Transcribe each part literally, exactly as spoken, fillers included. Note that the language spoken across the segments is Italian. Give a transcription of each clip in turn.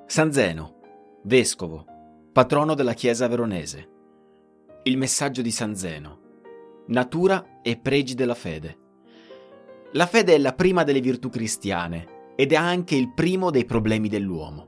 San Zeno, vescovo, patrono della Chiesa veronese. Il messaggio di San Zeno. Natura e pregi della fede. La fede è la prima delle virtù cristiane ed è anche il primo dei problemi dell'uomo.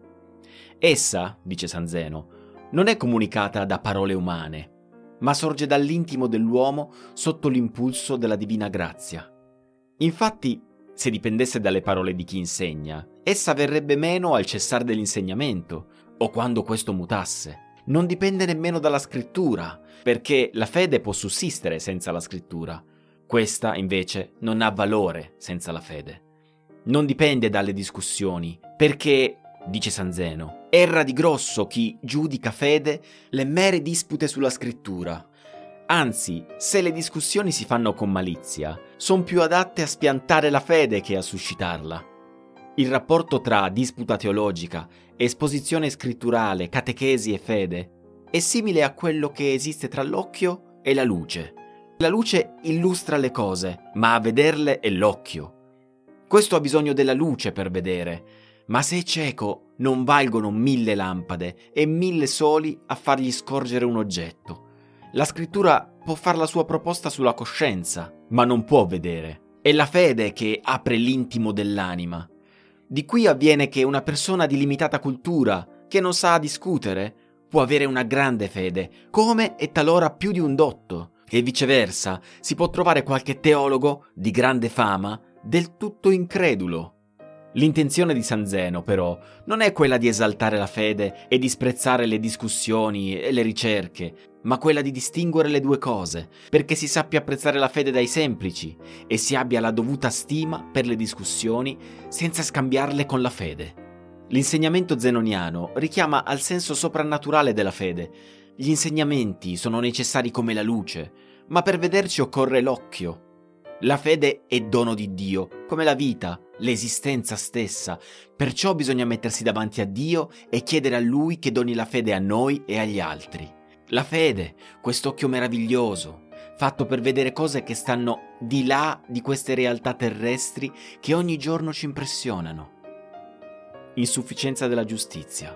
Essa, dice San Zeno, non è comunicata da parole umane, ma sorge dall'intimo dell'uomo sotto l'impulso della divina grazia. Infatti, se dipendesse dalle parole di chi insegna, essa verrebbe meno al cessare dell'insegnamento o quando questo mutasse. Non dipende nemmeno dalla scrittura, perché la fede può sussistere senza la scrittura. Questa, invece, non ha valore senza la fede. Non dipende dalle discussioni, perché, dice San Zeno, erra di grosso chi giudica fede le mere dispute sulla scrittura. Anzi, se le discussioni si fanno con malizia, sono più adatte a spiantare la fede che a suscitarla. Il rapporto tra disputa teologica, esposizione scritturale, catechesi e fede è simile a quello che esiste tra l'occhio e la luce. La luce illustra le cose, ma a vederle è l'occhio. Questo ha bisogno della luce per vedere, ma se è cieco non valgono mille lampade e mille soli a fargli scorgere un oggetto. La scrittura può far la sua proposta sulla coscienza, ma non può vedere. È la fede che apre l'intimo dell'anima. Di qui avviene che una persona di limitata cultura, che non sa discutere, può avere una grande fede, come e talora più di un dotto, e viceversa si può trovare qualche teologo di grande fama del tutto incredulo. L'intenzione di San Zeno, però, non è quella di esaltare la fede e disprezzare le discussioni e le ricerche, ma quella di distinguere le due cose, perché si sappia apprezzare la fede dai semplici e si abbia la dovuta stima per le discussioni senza scambiarle con la fede. L'insegnamento zenoniano richiama al senso soprannaturale della fede. Gli insegnamenti sono necessari come la luce, ma per vederci occorre l'occhio. La fede è dono di Dio, come la vita, l'esistenza stessa, perciò bisogna mettersi davanti a Dio e chiedere a Lui che doni la fede a noi e agli altri. La fede, quest'occhio meraviglioso, fatto per vedere cose che stanno di là di queste realtà terrestri che ogni giorno ci impressionano. Insufficienza della giustizia.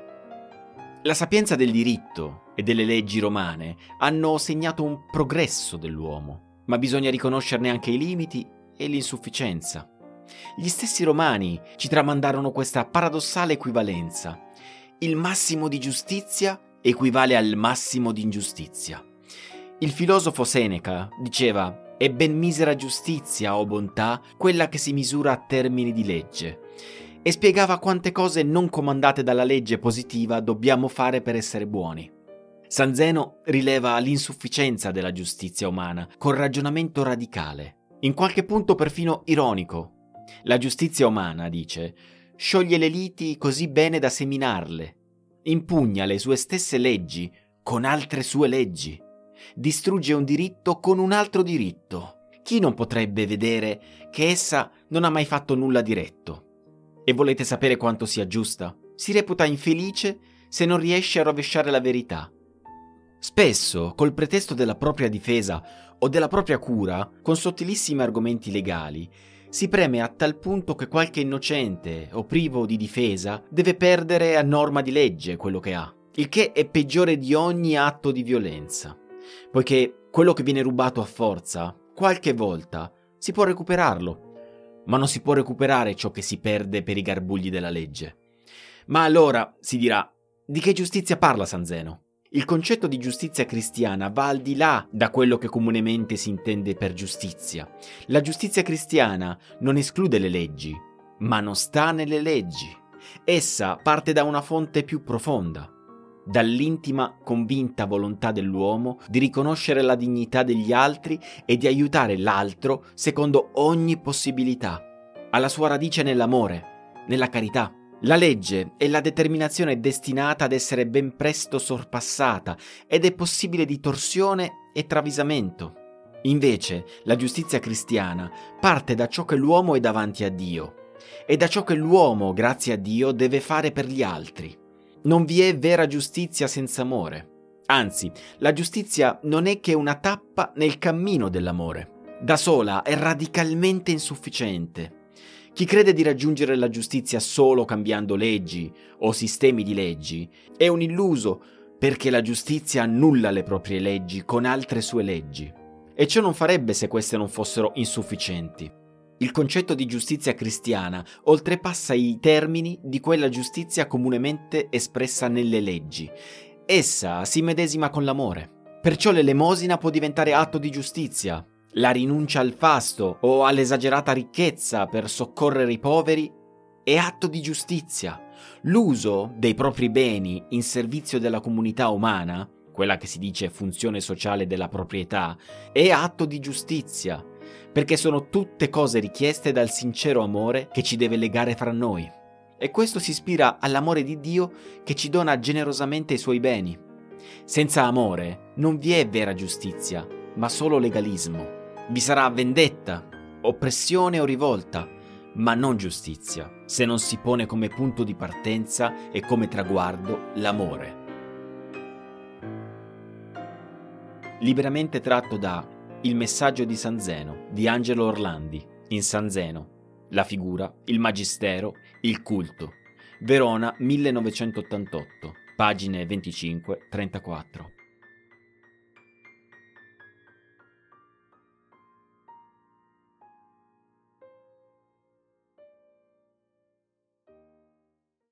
La sapienza del diritto e delle leggi romane hanno segnato un progresso dell'uomo, ma bisogna riconoscerne anche i limiti e l'insufficienza. Gli stessi romani ci tramandarono questa paradossale equivalenza. Il massimo di giustizia equivale al massimo di ingiustizia. Il filosofo Seneca diceva: «È ben misera giustizia o bontà quella che si misura a termini di legge», e spiegava quante cose non comandate dalla legge positiva dobbiamo fare per essere buoni. San Zeno rileva l'insufficienza della giustizia umana con ragionamento radicale, in qualche punto perfino ironico. La giustizia umana, dice, scioglie le liti così bene da seminarle, impugna le sue stesse leggi con altre sue leggi, distrugge un diritto con un altro diritto. Chi non potrebbe vedere che essa non ha mai fatto nulla di retto? E volete sapere quanto sia giusta? Si reputa infelice se non riesce a rovesciare la verità. Spesso, col pretesto della propria difesa o della propria cura, con sottilissimi argomenti legali, si preme a tal punto che qualche innocente o privo di difesa deve perdere a norma di legge quello che ha, il che è peggiore di ogni atto di violenza, poiché quello che viene rubato a forza, qualche volta, si può recuperarlo, ma non si può recuperare ciò che si perde per i garbugli della legge. Ma allora, si dirà, di che giustizia parla San Zeno? Il concetto di giustizia cristiana va al di là da quello che comunemente si intende per giustizia. La giustizia cristiana non esclude le leggi, ma non sta nelle leggi. Essa parte da una fonte più profonda, dall'intima convinta volontà dell'uomo di riconoscere la dignità degli altri e di aiutare l'altro secondo ogni possibilità. Ha la sua radice nell'amore, nella carità. La legge è la determinazione destinata ad essere ben presto sorpassata ed è possibile di torsione e travisamento. Invece, la giustizia cristiana parte da ciò che l'uomo è davanti a Dio e da ciò che l'uomo, grazie a Dio, deve fare per gli altri. Non vi è vera giustizia senza amore. Anzi, la giustizia non è che una tappa nel cammino dell'amore. Da sola è radicalmente insufficiente. Chi crede di raggiungere la giustizia solo cambiando leggi o sistemi di leggi è un illuso, perché la giustizia annulla le proprie leggi con altre sue leggi. E ciò non farebbe se queste non fossero insufficienti. Il concetto di giustizia cristiana oltrepassa i termini di quella giustizia comunemente espressa nelle leggi. Essa si medesima con l'amore. Perciò l'elemosina può diventare atto di giustizia. La rinuncia al fasto o all'esagerata ricchezza per soccorrere i poveri è atto di giustizia. L'uso dei propri beni in servizio della comunità umana, quella che si dice funzione sociale della proprietà, è atto di giustizia, perché sono tutte cose richieste dal sincero amore che ci deve legare fra noi. E questo si ispira all'amore di Dio che ci dona generosamente i suoi beni. Senza amore non vi è vera giustizia, ma solo legalismo. Vi sarà vendetta, oppressione o rivolta, ma non giustizia, se non si pone come punto di partenza e come traguardo l'amore. Liberamente tratto da Il messaggio di San Zeno di Angelo Orlandi, in San Zeno, la figura, il magistero, il culto. Verona millenovecentottantotto, pagine venticinque trentaquattro.